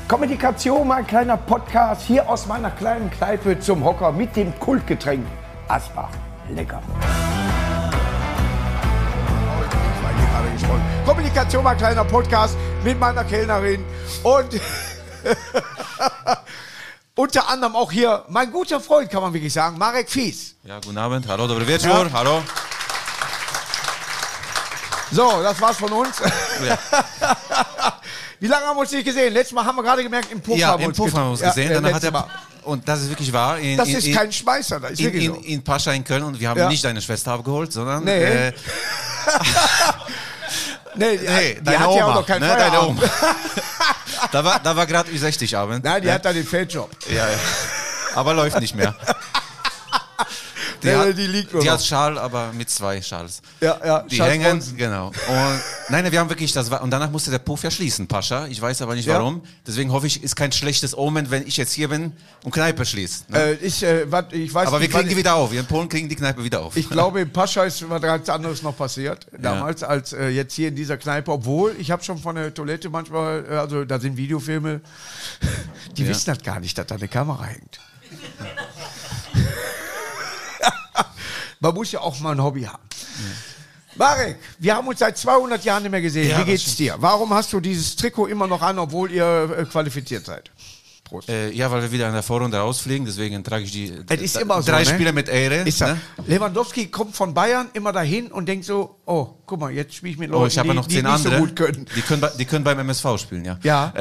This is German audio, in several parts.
Kommunikation, mein kleiner Podcast, hier aus meiner kleinen Kneipe zum Hocker mit dem Kultgetränk Asbach. Lecker. Kommunikation, mein kleiner Podcast mit meiner Kellnerin und unter anderem auch hier mein guter Freund, kann man wirklich sagen, Marek Fies. Ja, guten Abend. Hallo, dobry wieczór. Ja. Hallo. So, das war's von uns. Ja. Wie lange haben wir uns nicht gesehen? Letztes Mal haben wir gerade gemerkt, im Puff haben wir uns gesehen. Danach hat er, und das ist wirklich wahr. Das ist kein Schmeißer, das ist wirklich so. In Pascha in Köln und wir haben nicht deine Schwester abgeholt, sondern... Nee. Nee, die hat Oma, ja auch noch keinen Feierabend. Da war gerade Ü60-Abend. Nein, die hat da den Feldjob. Ja. Aber läuft nicht mehr. Die liegt nur die noch. hat Schal, aber mit 2 Schals. Ja, die hängen, genau. Und, nein, wir haben wirklich, und danach musste der Puff ja schließen, Pascha. Ich weiß aber nicht warum. Deswegen hoffe ich, ist kein schlechtes Omen, wenn ich jetzt hier bin und Kneipe schließt. Ne? Ich weiß aber nicht, wir kriegen die wieder auf. Wir in Polen kriegen die Kneipe wieder auf. Ich glaube, in Pascha ist was ganz anderes noch passiert damals, als jetzt hier in dieser Kneipe. Obwohl, ich habe schon von der Toilette manchmal, also da sind Videofilme, die wissen das gar nicht, dass da eine Kamera hängt. Man muss ja auch mal ein Hobby haben. Marek, wir haben uns seit 200 Jahren nicht mehr gesehen. Wie geht's dir? Warum hast du dieses Trikot immer noch an, obwohl ihr qualifiziert seid? Prost. Ja, weil wir wieder in der Vorrunde rausfliegen, deswegen trage ich die ist immer so, 3 Spiele mit Ehre. Ist ne? Lewandowski kommt von Bayern immer dahin und denkt so, oh, guck mal, jetzt spiele ich mit Leuten, ich habe ja noch 10 nicht andere, so gut können. Die können beim MSV spielen, ja. Ja.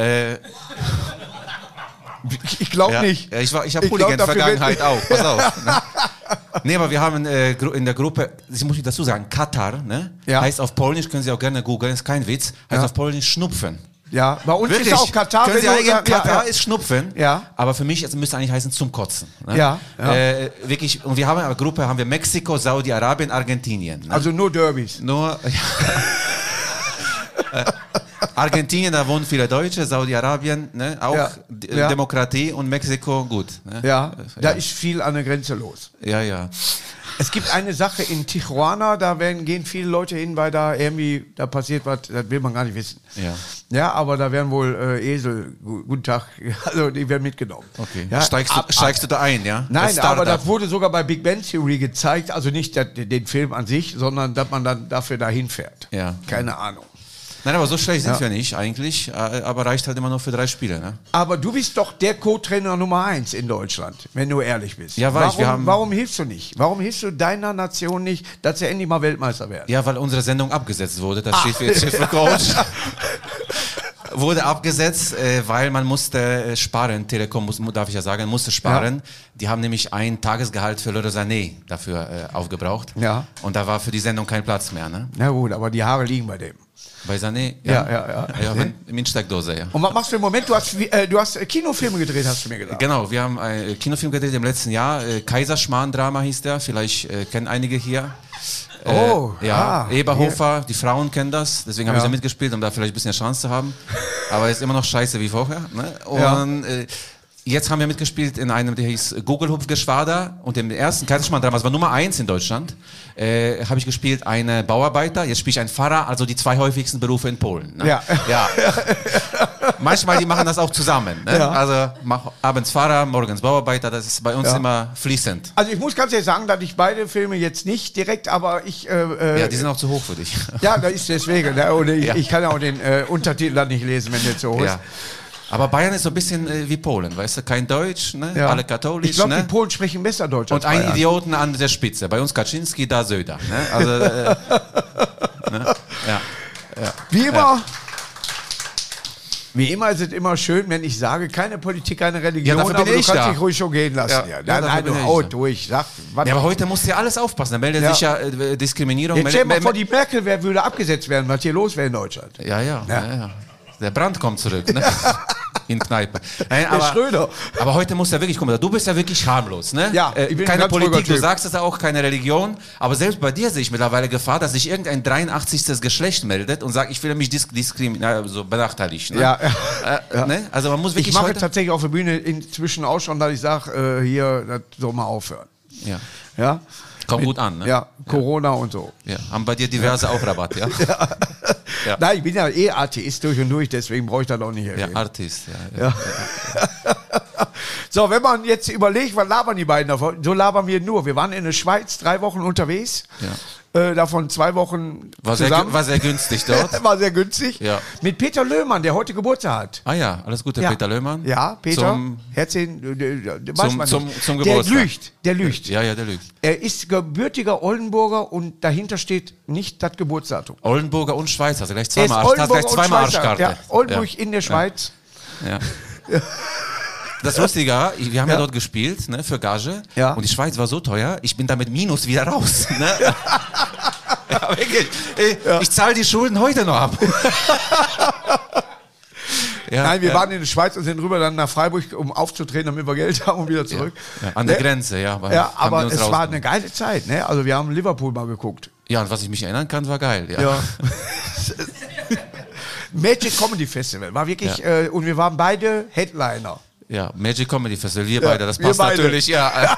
Ich glaube nicht. Ja, ich habe Hooligan-Vergangenheit auch, pass auf. Ne? Nee, aber wir haben in der Gruppe, das muss ich dazu sagen, Katar, ne? Heißt auf Polnisch, können Sie auch gerne googeln, ist kein Witz, heißt auf Polnisch Schnupfen. Ja, bei uns wirklich? Ist auch Katar. Können Sie eingeben, Katar ist Schnupfen, ja. Aber für mich müsste eigentlich heißen zum Kotzen. Ne? Ja. Wirklich, und wir haben in der Gruppe Mexiko, Saudi-Arabien, Argentinien. Ne? Also nur Derbys. Nur, Argentinien, da wohnen viele Deutsche, Saudi-Arabien, ne? Auch Demokratie und Mexiko, gut. Ne? Ja, da ist viel an der Grenze los. Ja. Es gibt eine Sache in Tijuana, da gehen viele Leute hin, weil da irgendwie, da passiert was, das will man gar nicht wissen. Ja, aber da werden wohl Esel, guten Tag, also die werden mitgenommen. Okay. Ja, steigst du da ein, ja? Nein, aber das wurde sogar bei Big Bang Theory gezeigt, also nicht den Film an sich, sondern dass man dann dafür dahin fährt. Ja. Keine Ahnung. Nein, aber so schlecht sind wir nicht eigentlich, aber reicht halt immer nur für 3 Spiele. Ne? Aber du bist doch der Co-Trainer Nummer 1 in Deutschland, wenn du ehrlich bist. Ja, warum hilfst du nicht? Warum hilfst du deiner Nation nicht, dass sie endlich mal Weltmeister werden? Ja, weil unsere Sendung abgesetzt wurde, das steht für jetzt für Coach. Wurde abgesetzt, weil man musste sparen, Telekom darf ich ja sagen, musste sparen. Ja. Die haben nämlich ein Tagesgehalt für Leroy Sané dafür aufgebraucht. Ja. Und da war für die Sendung kein Platz mehr. Ne? Na gut, aber die Haare liegen bei dem. Bei Sané? Ja. In Steckdose, ja. Und was machst du im Moment? Du hast Kinofilme gedreht, hast du mir gesagt. Genau, wir haben einen Kinofilm gedreht im letzten Jahr. Kaiserschmarrn-Drama hieß der, vielleicht kennen einige hier. Eberhofer, die Frauen kennen das, deswegen haben wir da mitgespielt, um da vielleicht ein bisschen Chance zu haben. Aber ist immer noch scheiße wie vorher. Ne? Und jetzt haben wir mitgespielt in einem, der hieß Gugelhupfgeschwader, und im ersten Kaiserschmarrn-Drama, das war Nummer 1 in Deutschland, habe ich gespielt einen Bauarbeiter, jetzt spiele ich einen Pfarrer, also die 2 häufigsten Berufe in Polen. Ne? Ja. Manchmal, die machen das auch zusammen. Ne? Ja. Also abends Pfarrer, morgens Bauarbeiter, das ist bei uns immer fließend. Also ich muss ganz ehrlich sagen, dass ich beide Filme jetzt nicht direkt, aber ich... die sind auch zu hoch für dich. Ja, das ist deswegen. Ich kann ja auch den Untertitel dann nicht lesen, wenn der zu hoch ist. Ja. Aber Bayern ist so ein bisschen wie Polen, weißt du, kein Deutsch, ne? Alle katholisch. Ich glaube, die Polen sprechen besser Deutsch als und einen Bayern. Idioten an der Spitze. Bei uns Kaczynski, da Söder. Ne? Also, ne? Ja. Wie immer ist es immer schön, wenn ich sage, keine Politik, keine Religion, aber du kannst dich ruhig schon gehen lassen. Nein, du haut durch. Sag, aber heute musst du ja alles aufpassen. Da meldet sich ja Diskriminierung. Jetzt stell mal vor, die Merkel würde abgesetzt werden, was hier los wäre in Deutschland. Ja. Der Brand kommt zurück, ne? In Kneipe. Nein, der Schröder. Aber heute muss ja wirklich kommen. Du bist ja wirklich harmlos, ne? Ja, ich bin keine Politik, du sagst es auch, keine Religion. Aber selbst bei dir sehe ich mittlerweile Gefahr, dass sich irgendein 83. Geschlecht meldet und sagt, ich will mich so benachteiligt. Ne? Ja. Ne? Also man muss wirklich. Ich mache tatsächlich auf der Bühne inzwischen auch schon, dass ich sage, hier, das soll mal aufhören. Ja. Ja. Kommt gut an, ne? Ja, Corona und so. Ja. Haben bei dir diverse auch Rabatt, ja? Ja. Nein, ich bin ja Atheist durch und durch, deswegen brauche ich das auch nicht erwähnen. Ja, Artist, ja. So, wenn man jetzt überlegt, was labern die beiden davon? So labern wir nur. Wir waren in der Schweiz 3 Wochen unterwegs. Ja. Davon 2 Wochen zusammen. War sehr günstig dort. War sehr günstig. Ja. Mit Peter Löhmann, der heute Geburtstag hat. Ah ja, alles Gute, Ja. Peter Löhmann. Ja, Peter. Zum Zum Geburtstag. Der lügt. Ja, der lügt. Er ist gebürtiger Oldenburger und dahinter steht nicht das Geburtsdatum. Oldenburger und Schweiz, also gleich Er ist zweimal Oldenburger und Schweizer. Arschkarte. Ja, Oldenburg in der Schweiz. Ja. Das Lustige war, wir haben ja dort gespielt, ne, für Gage. Ja. Und die Schweiz war so teuer, ich bin da mit Minus wieder raus. Ne? Ja, wirklich. Ich zahle die Schulden heute noch ab. Ja, Nein, wir waren in der Schweiz und sind rüber dann nach Freiburg, um aufzutreten, damit wir Geld haben und wieder zurück. Ja, an der Grenze, ja. Ja, aber es war eine geile Zeit, ne? Also wir haben Liverpool mal geguckt. Ja, und was ich mich erinnern kann, war geil. Ja. Magic Comedy Festival war wirklich, und wir waren beide Headliner. Ja, Magic Comedy Festival, wir beide, das wir passt beide. natürlich, ja.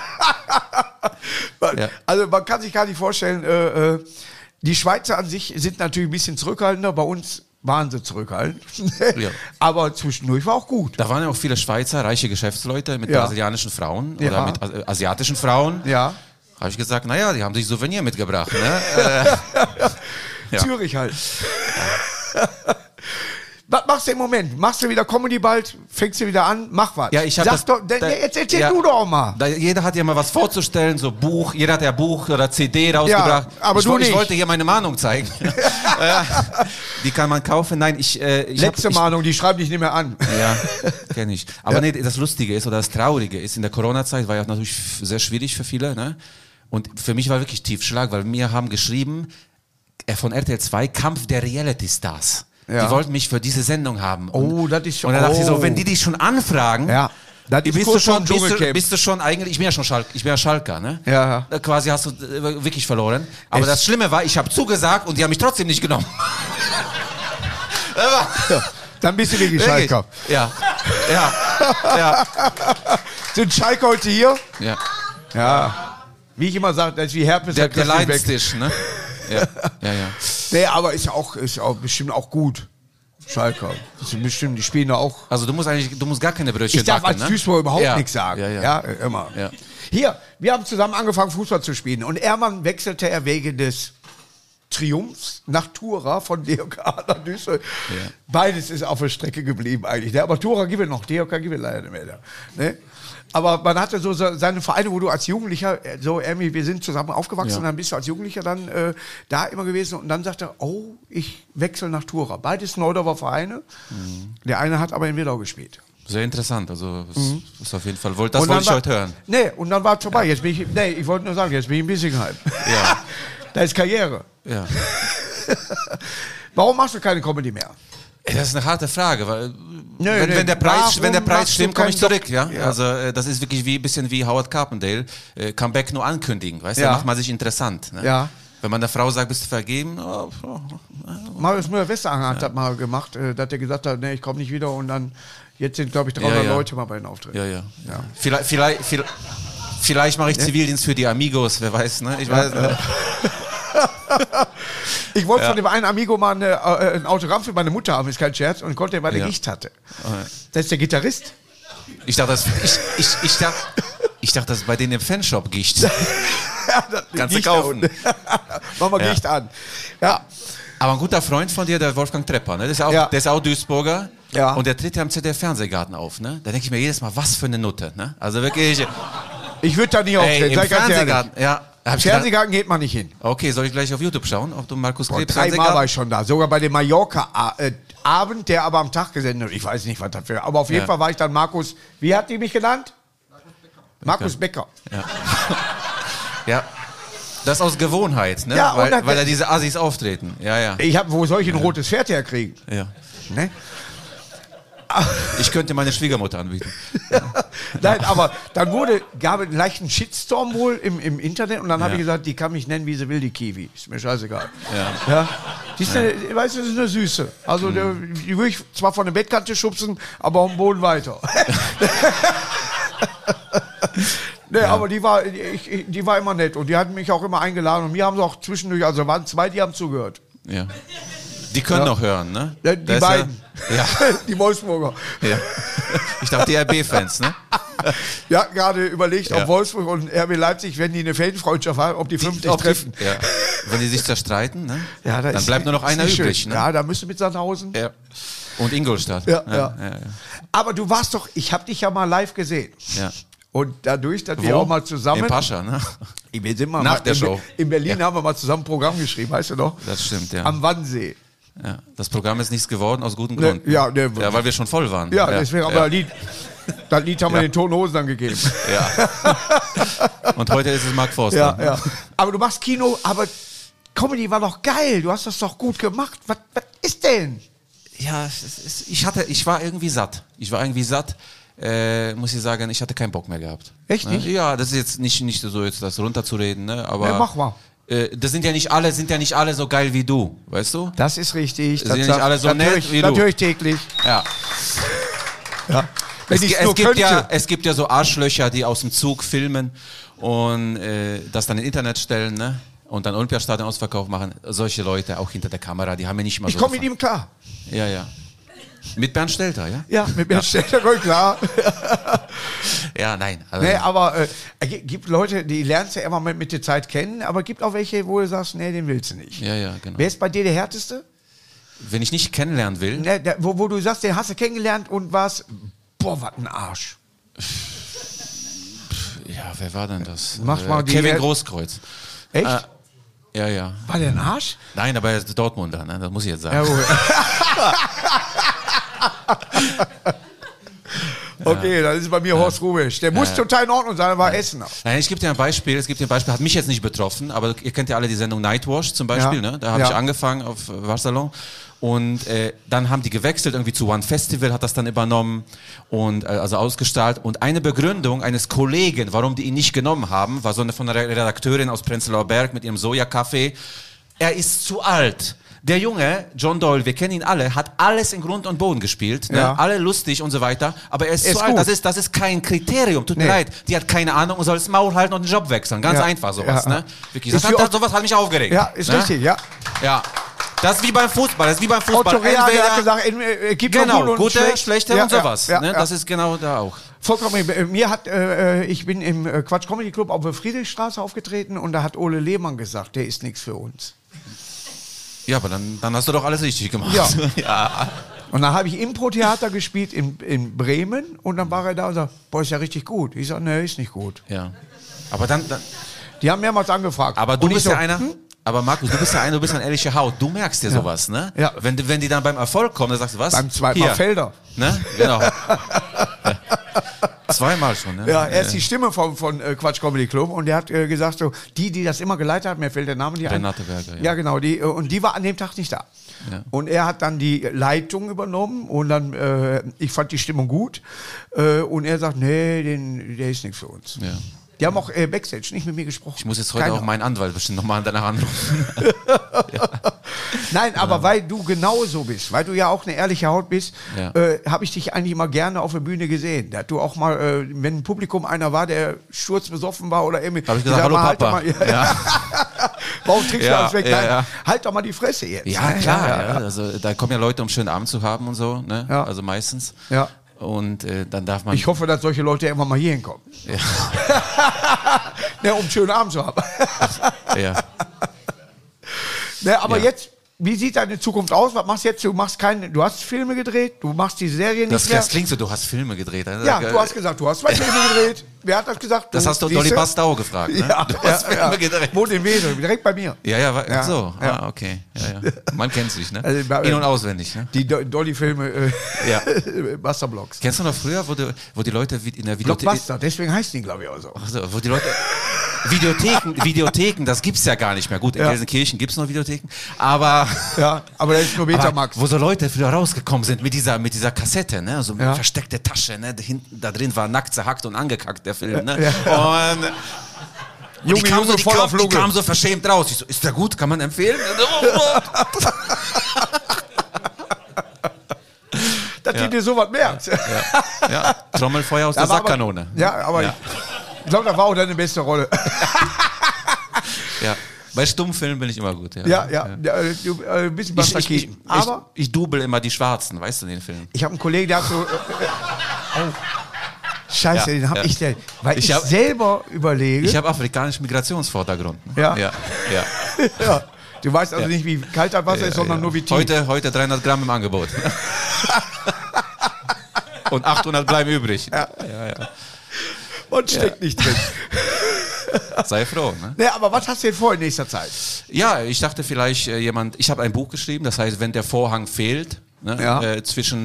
Also man kann sich gar nicht vorstellen, die Schweizer an sich sind natürlich ein bisschen zurückhaltender, bei uns waren sie zurückhaltend. Ja. Aber zwischendurch war auch gut. Da waren ja auch viele Schweizer, reiche Geschäftsleute mit brasilianischen Frauen oder mit asiatischen Frauen. Ja. Habe ich gesagt, naja, die haben sich Souvenir mitgebracht. Ne? Ja. Zürich halt. Was machst du im Moment? Machst du wieder Comedy bald? Fängst du wieder an? Mach was. Ja, ich hab Sag doch, jetzt erzähl du doch mal. Jeder hat ja mal was vorzustellen, so Buch, jeder hat ja Buch oder CD rausgebracht. Ja, aber du nicht. Ich wollte hier meine Mahnung zeigen. Die kann man kaufen. Nein, Letzte Mahnung, die schreiben dich nicht mehr an. Ja, kenne ich. Aber nee, das Lustige ist oder das Traurige ist, in der Corona-Zeit war ja natürlich sehr schwierig für viele. Ne? Und für mich war wirklich Tiefschlag, weil mir haben geschrieben, von RTL 2, Kampf der Reality-Stars. Ja. Die wollten mich für diese Sendung haben. Oh, das ist schon. Und dann dachte ich so, wenn die dich schon anfragen, das ist bist du schon eigentlich, ich bin ja Schalker, ne? Ja. Quasi hast du wirklich verloren. Aber das Schlimme war, ich habe zugesagt und die haben mich trotzdem nicht genommen. Dann bist du wirklich Schalker. Ja. Sind Schalker heute hier? Ja. Ja. Wie ich immer sage, das ist wie Herpes. Der Leidenstisch, ne? Ja. Nee, aber ist auch bestimmt auch gut. Schalker. Das ist bestimmt, die spielen da auch. Also du musst gar keine Brötchen Ich darf backen, als Duisburg überhaupt nichts sagen. Ja, immer. Ja. Hier, wir haben zusammen angefangen, Fußball zu spielen. Und Ehrmann wechselte er wegen des Triumphs nach Thura von DOK nach Duisburg. Ja. Beides ist auf der Strecke geblieben eigentlich. Ne? Aber Thura gibt es noch, DOK gibt es leider nicht mehr. Ne? Aber man hatte so seine Vereine, wo du als Jugendlicher, so Ermi, wir sind zusammen aufgewachsen, und dann bist du als Jugendlicher dann da immer gewesen und dann sagte er, oh, ich wechsle nach Thura. Beides Neudorfer Vereine. Der eine hat aber in Wedau gespielt. Sehr interessant, also das ist auf jeden Fall, das wollte ich heute hören. Nee, und dann war es vorbei. Jetzt bin ich wollte nur sagen, jetzt bin ich in Bissingheim. Ja. Da ist Karriere. Ja. Warum machst du keine Comedy mehr? Das ist eine harte Frage, weil wenn der Preis stimmt, komme ich zurück. Ja? Also das ist wirklich ein bisschen wie Howard Carpendale, Comeback nur ankündigen, weißt du, da macht man sich interessant. Ne? Ja. Wenn man der Frau sagt, bist du vergeben? Marius Müller-Westeranger hat das mal gemacht, dass er gesagt hat, nee, ich komme nicht wieder und dann, jetzt sind glaube ich 300 Leute mal bei den Auftritten. Ja. Vielleicht mache ich Zivildienst für die Amigos, wer weiß, ne? Ich weiß nicht. Ich wollte von dem einen Amigo mal ein Autogramm für meine Mutter haben, ist kein Scherz, und konnte, weil er Gicht hatte. Das ist der Gitarrist. Ich dachte, das ist bei denen im Fanshop Gicht. Kannst du kaufen. Mach mal Gicht an. Ja. Aber ein guter Freund von dir, der Wolfgang Trepper, ne? Der ist auch Duisburger. Ja. Und der tritt ja am ZDF-Fernsehgarten auf. Ne? Da denke ich mir jedes Mal, was für eine Nutte. Ne? Also wirklich. Ich würde da nicht auftreten, im Fernsehgarten. Ja. Fernsehgarten geht man nicht hin. Okay, soll ich gleich auf YouTube schauen, ob du Markus Krebs 3-mal war ich schon da. Sogar bei dem Mallorca-Abend, der aber am Tag gesendet wird. Ich weiß nicht, was das für. Aber auf jeden Fall war ich dann Markus. Wie hat die mich genannt? Markus Becker. Ja. Ja. Das aus Gewohnheit, ne? Ja, weil da diese Assis auftreten. Ja. Wo soll ich ein rotes Pferd herkriegen? Ja. Ne? Ich könnte meine Schwiegermutter anbieten. Nein, aber dann gab es einen leichten Shitstorm wohl im Internet und dann habe ich gesagt, die kann mich nennen, wie sie will, die Kiwi. Ist mir scheißegal. Ja. Die ist weißt du, das ist eine Süße. Also die würde ich zwar von der Bettkante schubsen, aber am Boden weiter. Nee, aber die war immer nett und die hatten mich auch immer eingeladen und mir haben sie auch zwischendurch, also waren 2, die haben zugehört. Ja. Die können noch hören, ne? Die beiden. Ja. Die Wolfsburger. Ja. Ich dachte, die RB-Fans, ne? Ja, gerade überlegt, ob Wolfsburg und RB Leipzig, wenn die eine Fanfreundschaft haben, ob die 50 treffen. Ja. Wenn die sich zerstreiten, ne? Ja, dann bleibt nur noch einer übrig. Ne? Ja, da müsst ihr mit Sandhausen. Ja. Und Ingolstadt. Ja. Aber du warst doch, ich habe dich ja mal live gesehen. Ja. Und dadurch, dass wir auch mal zusammen... In Pascha, ne? Wir sind mal Nach der Show. In Berlin haben wir mal zusammen ein Programm geschrieben, weißt du noch? Das stimmt, ja. Am Wannsee. Ja. Das Programm ist nichts geworden, aus gutem Grund. Ja, weil wir schon voll waren. Ja, deswegen, aber das Lied haben wir den Toten Hosen dann gegeben. Ja. Und heute ist es Mark Forster. Ja. Aber du machst Kino, aber Comedy war doch geil. Du hast das doch gut gemacht. Was ist denn? Ja, ich war irgendwie satt. Muss ich sagen, ich hatte keinen Bock mehr gehabt. Echt nicht? Ja, das ist jetzt nicht so, jetzt das runterzureden, ne? Aber ja, mach mal. Das sind ja nicht alle so geil wie du, weißt du? Das ist richtig. Das sind ja nicht alle so nett wie du. Natürlich täglich. Ja. Es gibt ja so Arschlöcher, die aus dem Zug filmen und das dann ins Internet stellen, ne? Und dann Olympiastadion Ausverkauf machen. Solche Leute, auch hinter der Kamera, die haben mir nicht mal so... Ich komme mit ihm klar. Ja. Mit Bernd Stelter, ja? Ja, mit Bernd Stelter, klar. Ja, nein. Also nee, aber gibt Leute, die lernst du immer mit der Zeit kennen, aber gibt auch welche, wo du sagst, nee, den willst du nicht. Ja, genau. Wer ist bei dir der Härteste? Wenn ich nicht kennenlernen will... Nee, wo du sagst, den hast du kennengelernt und warst, boah, was ein Arsch. Ja, wer war denn das? Mach mal Kevin Großkreuz. Echt? Ja. War der ein Arsch? Nein, aber er ist Dortmunder, ne? Das muss ich jetzt sagen. Okay, dann ist bei mir Horst Rubisch. Der muss total in Ordnung sein, er war Essener. Nein, ich gebe dir ein Beispiel, hat mich jetzt nicht betroffen, aber ihr kennt ja alle die Sendung Nightwash zum Beispiel, ne? Da habe ich angefangen auf Waschsalon. Und dann haben die gewechselt irgendwie zu One Festival, hat das dann übernommen und also ausgestrahlt. Und eine Begründung eines Kollegen, warum die ihn nicht genommen haben, war so eine von einer Redakteurin aus Prenzlauer Berg mit ihrem Sojakaffee. Er ist zu alt. Der Junge, John Doyle, wir kennen ihn alle, hat alles in Grund und Boden gespielt, ne? Alle lustig und so weiter, aber er ist zu alt, das ist kein Kriterium, tut mir leid, die hat keine Ahnung und soll das Maul halten und den Job wechseln, ganz einfach sowas, ne? Wirklich, sowas hat mich aufgeregt. Ja, ist richtig, ja. Das ist wie beim Fußball, Otto Rehhagel hat gesagt, gibt genau, gute, schlechte und sowas, ne? Das ist genau da auch. Vollkommen. Ich bin im Quatsch Comedy Club auf der Friedrichstraße aufgetreten und da hat Ole Lehmann gesagt, der ist nichts für uns. Ja, aber dann hast du doch alles richtig gemacht. Ja. Und dann habe ich Impro-Theater gespielt in Bremen und dann war er da und sagt, boah, ist ja richtig gut. Ich sage, nee, ist nicht gut. Ja. Aber dann die haben mehrmals angefragt. Aber du bist ja einer... Aber Markus, du bist eine ehrliche Haut. Du merkst dir sowas, ne? Ja. Wenn die dann beim Erfolg kommen, dann sagst du, was? Beim zweiten Mal Felder. Ne? Genau. Zweimal schon, ne? Ja, er ist die Stimme von Quatsch Comedy Club und der hat gesagt, so, die das immer geleitet hat, mir fällt der Name nicht ein. Renate Berger, ja. Ja, genau, und die war an dem Tag nicht da. Ja. Und er hat dann die Leitung übernommen und dann, ich fand die Stimmung gut und er sagt, nee, der ist nichts für uns. Ja. Die haben auch Backstage nicht mit mir gesprochen. Ich muss jetzt heute auch meinen Anwalt bestimmt nochmal danach anrufen. Nein, aber weil du genau so bist, weil du ja auch eine ehrliche Haut bist, habe ich dich eigentlich immer gerne auf der Bühne gesehen. Da du auch mal, wenn im Publikum einer war, der sturzbesoffen war oder irgendwie... Habe ich gesagt, hallo Papa. Halt warum trinkst du alles weg? Nein, halt doch mal die Fresse jetzt. Ja, klar. Ja. Also, da kommen ja Leute, um einen schönen Abend zu haben und so. Ne? Ja. Also meistens. Ja. Und dann darf man... Ich hoffe, dass solche Leute irgendwann mal hier hinkommen. Ja. Um einen schönen Abend zu haben. Ja. Aber jetzt, wie sieht deine Zukunft aus? Was machst du jetzt? Du hast Filme gedreht, du machst die Serie nicht mehr. Das klingt so, du hast Filme gedreht. Ja, du hast gesagt, du hast 2 Filme gedreht. Wer hat das gesagt? Das hast du Dolly Bastau gefragt, ne? Ja, du hast Filme gedreht. Wohnt in Wesel, direkt bei mir. Ja, so. Ja. Ah, okay. Ja. Man kennt sich, ne? Also, in- und auswendig, ne? Die Dolly-Filme, Busterblocks. Kennst du noch früher, wo die Leute in der Videothek... Blockbuster, deswegen heißt die, glaube ich, auch so. Also, wo die Leute... Videotheken, das gibt's ja gar nicht mehr. Gut, in Gelsenkirchen gibt's noch Videotheken, aber... Ja, aber da ist nur Betamax. Wo so Leute früher rausgekommen sind mit dieser Kassette, ne? So eine versteckte Tasche, ne? Da drin war nackt, zerhackt und angekackt, der Film, ne? Ja. Und die kam so verschämt raus. Ich so, ist der gut? Kann man empfehlen? Dass du dir sowas merkst. Ja. Trommelfeuer aus der Sackkanone. Aber Ich glaube, das war auch deine beste Rolle. Ja. Bei Stummfilmen bin ich immer gut. Ja. Du bist was dagegen. Aber ich double immer die Schwarzen, weißt du, in den Filmen. Ich habe einen Kollegen, der hat so... Scheiße, den habe ich denn... Weil ich selber überlege... Ich habe afrikanischen Migrationsvordergrund. Ja? Ja. Ja. Du weißt also nicht, wie kalt das Wasser ist, sondern nur wie tief. Heute 300 Gramm im Angebot. Und 800 bleiben übrig. Ja. Und steckt nicht drin. Sei froh. Ne? Nee, aber was hast du denn vor in nächster Zeit? Ja, ich dachte vielleicht ich habe ein Buch geschrieben, das heißt, wenn der Vorhang fehlt, ne, zwischen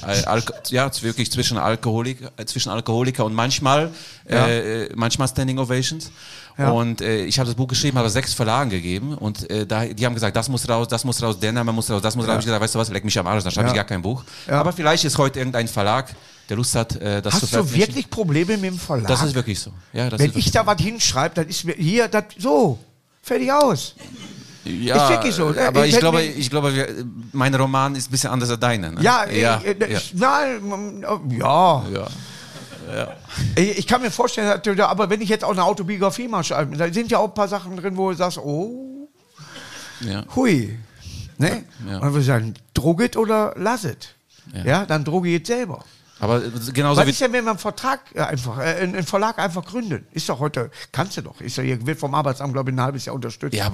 Alkoholiker und manchmal Standing Ovations. Ja. Und ich habe das Buch geschrieben, habe 6 Verlagen gegeben und die haben gesagt, das muss raus, der Name muss raus, das muss raus. Habe ich gesagt, weißt du was, leck mich am Arsch, dann schreibe ich gar kein Buch. Ja. Aber vielleicht ist heute irgendein Verlag, der Lust hat, das zu veröffentlichen. Hast du wirklich Probleme mit dem Verlag? Das ist wirklich so. Ja, wenn ich da was hinschreibe, dann ist mir hier das so, fertig aus. Ja, ist wirklich so. Aber ich glaube, mein Roman ist ein bisschen anders als deine. Ne? Ja. Ich kann mir vorstellen, aber wenn ich jetzt auch eine Autobiografie mal schreibe, da sind ja auch ein paar Sachen drin, wo du sagst, hui. Ne? Ja. Und dann würde ich sagen, drog it oder lass it. Ja, dann droge ich es selber. Aber genauso was ist denn, wenn man einen Verlag einfach gründet? Ist doch heute, kannst du doch. Wird vom Arbeitsamt, glaube ich, ein halbes Jahr unterstützt. Ja,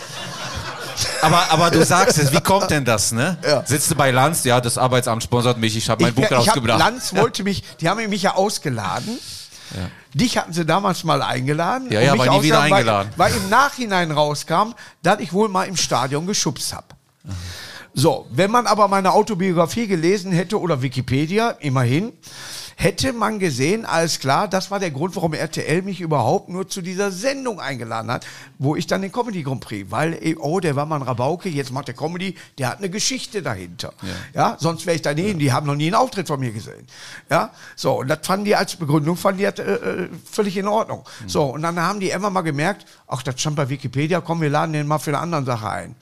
aber du sagst es, wie kommt denn das, ne? Ja. Sitzt du bei Lanz, ja, das Arbeitsamt sponsert mich, ich habe mein Buch rausgebracht. Lanz wollte die haben mich ja ausgeladen. Ja. Dich hatten sie damals mal eingeladen. Ja, aber nie wieder eingeladen. Weil im Nachhinein rauskam, dass ich wohl mal im Stadion geschubst habe. So, wenn man aber meine Autobiografie gelesen hätte oder Wikipedia, immerhin, hätte man gesehen, alles klar, das war der Grund, warum RTL mich überhaupt nur zu dieser Sendung eingeladen hat, wo ich dann den Comedy Grand Prix, weil, der war mal ein Rabauke, jetzt macht der Comedy, der hat eine Geschichte dahinter. Ja, sonst wäre ich daneben, die haben noch nie einen Auftritt von mir gesehen. Ja, so, und das fanden die als Begründung, völlig in Ordnung. So, und dann haben die immer mal gemerkt, ach, das stand bei Wikipedia, komm, wir laden den mal für eine andere Sache ein.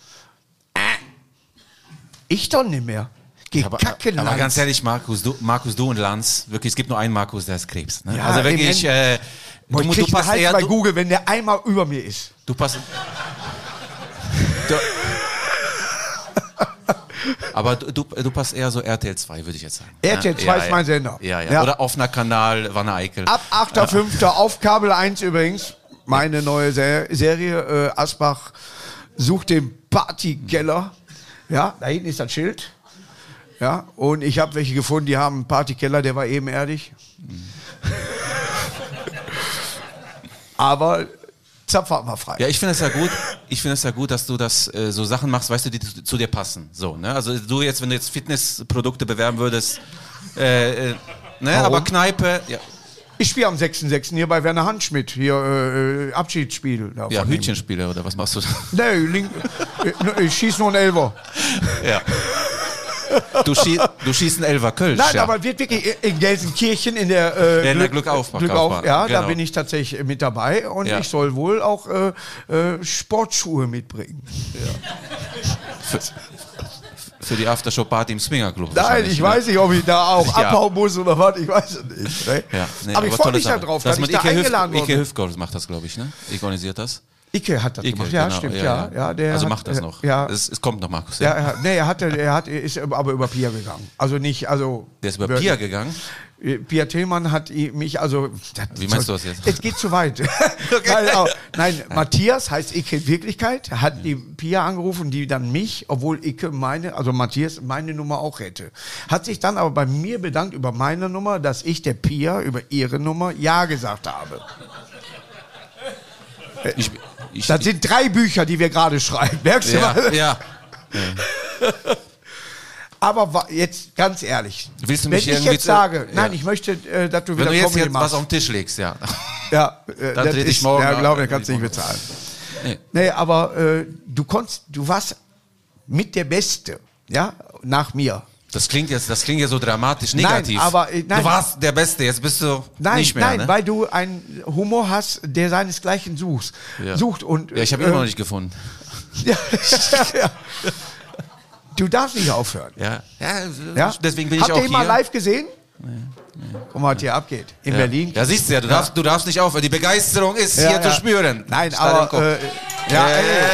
Ich doch nicht mehr. Aber ganz ehrlich, Markus, du und Lanz, wirklich, es gibt nur einen Markus, der ist Krebs. Ne? Ja, also wirklich, du passt eher bei Google, wenn der einmal über mir ist. Du passt. Aber du passt eher so RTL 2, würde ich jetzt sagen. RTL 2 ist mein Sender. Ja. Oder offener Kanal, Wanne Eickel. Ab 8.5. auf Kabel 1 übrigens, meine neue Serie, Asbach sucht den Partykeller. Ja, da hinten ist das Schild. Ja, und ich habe welche gefunden, die haben einen Partykeller, der war ebenerdig. Aber Zapf war frei. Ja, ich finde es ja gut, dass du das so Sachen machst, weißt du, die zu dir passen. So, ne? Also du jetzt, wenn du jetzt Fitnessprodukte bewerben würdest, ne? Aber Kneipe, ja. Ich spiele am 6.6. hier bei Werner Handschmidt, hier Abschiedsspiel. Ja, Hütchenspiele oder was machst du? Nee, ich schieße nur einen Elfer. Ja. Du schießt einen Elfer Kölsch. Nein, aber wird wirklich in Gelsenkirchen in der Glückauf, ja, genau. Da bin ich tatsächlich mit dabei und ich soll wohl auch Sportschuhe mitbringen. Ja. Für die Aftershow-Party im Swingerclub. Nein, ich weiß nicht, ob ich da auch abhauen muss oder was, ich weiß es nicht. Ne? Ja, nee, aber ich freue mich darauf, dass ich da eingeladen wurde. Ike Hüfgold macht das, glaube ich, ne? Ike organisiert das. Ike hat das gemacht, ja, genau, stimmt, ja. Der also macht das noch. Ja. Es kommt noch, Markus. Ja, ist aber über Pia gegangen. Also nicht, also... Der ist über Pia gegangen? Pia Tillmann hat mich, also... Wie meinst du das jetzt? Es geht zu weit. Okay. Nein, Matthias heißt Ike in Wirklichkeit, hat die Pia angerufen, die dann mich, obwohl Ike Matthias meine Nummer auch hätte. Hat sich dann aber bei mir bedankt über meine Nummer, dass ich der Pia über ihre Nummer Ja gesagt habe. Das sind 3 Bücher, die wir gerade schreiben. Merkst du mal? Ja. Aber jetzt ganz ehrlich, willst du mich wenn ich jetzt sage, nein, ich möchte, dass du wieder Comedy machst. Wenn du jetzt was auf den Tisch legst, ja. Ja, dann trete ich morgen. Ja, glaube, kannst du nicht bezahlen. Nee, aber du warst mit der Beste, ja, nach mir. Das klingt ja so dramatisch negativ. Nein. Du warst der Beste, jetzt bist du nicht mehr. Nein, ne? weil du einen Humor hast, der seinesgleichen sucht. Und, ich habe ihn immer noch nicht gefunden. Ja. Du darfst nicht aufhören. Ja. Deswegen bin ich auch hier. Habt ihr ihn mal live gesehen? Nee. Guck mal, was hier abgeht. In Berlin. Ja, siehst du ja, du darfst nicht aufhören. Die Begeisterung ist hier zu spüren. Nein, aber... ja.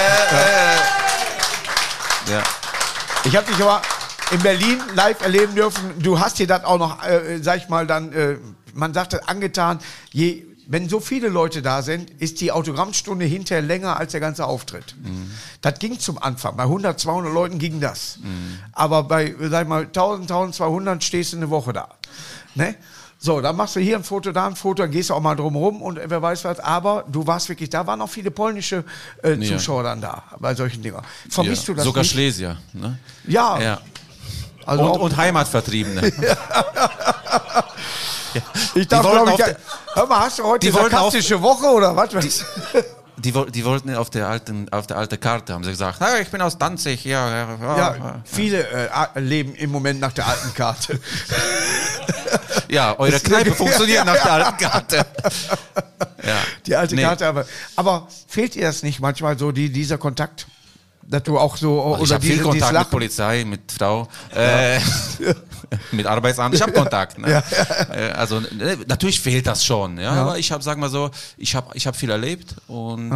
Ich habe dich aber in Berlin live erleben dürfen. Du hast dir das auch noch, sag ich mal, dann, man sagte, angetan, wenn so viele Leute da sind, ist die Autogrammstunde hinterher länger als der ganze Auftritt. Das ging zum Anfang. Bei 100, 200 Leuten ging das. Aber bei, sag ich mal, 1000, 1200 stehst du eine Woche da. Ne? So, dann machst du hier ein Foto, da ein Foto, dann gehst du auch mal drum rum und wer weiß was. Aber du warst wirklich, da waren auch viele polnische Zuschauer dann da, bei solchen Dingen. Vermisst du das sogar nicht? Schlesier. Ne? Ja. Also und Heimatvertriebene. Ich darf, glaube ich, hör mal, hast du heute eine sarkastische Woche oder was? Die wollten auf der alten Karte, haben sie gesagt, hey, ich bin aus Danzig. Ja, viele leben im Moment nach der alten Karte. Ja, eure Kneipe funktioniert nach der alten Karte. Ja. Die alte Karte, aber fehlt dir das nicht manchmal so, dieser Kontakt? Dass du auch so... Ich habe viel Kontakt mit Polizei, mit Frau, mit Arbeitsamt. Ich habe Kontakt. Ne? Also natürlich fehlt das schon. Ja? Aber ich habe, sagen wir so, ich hab viel erlebt und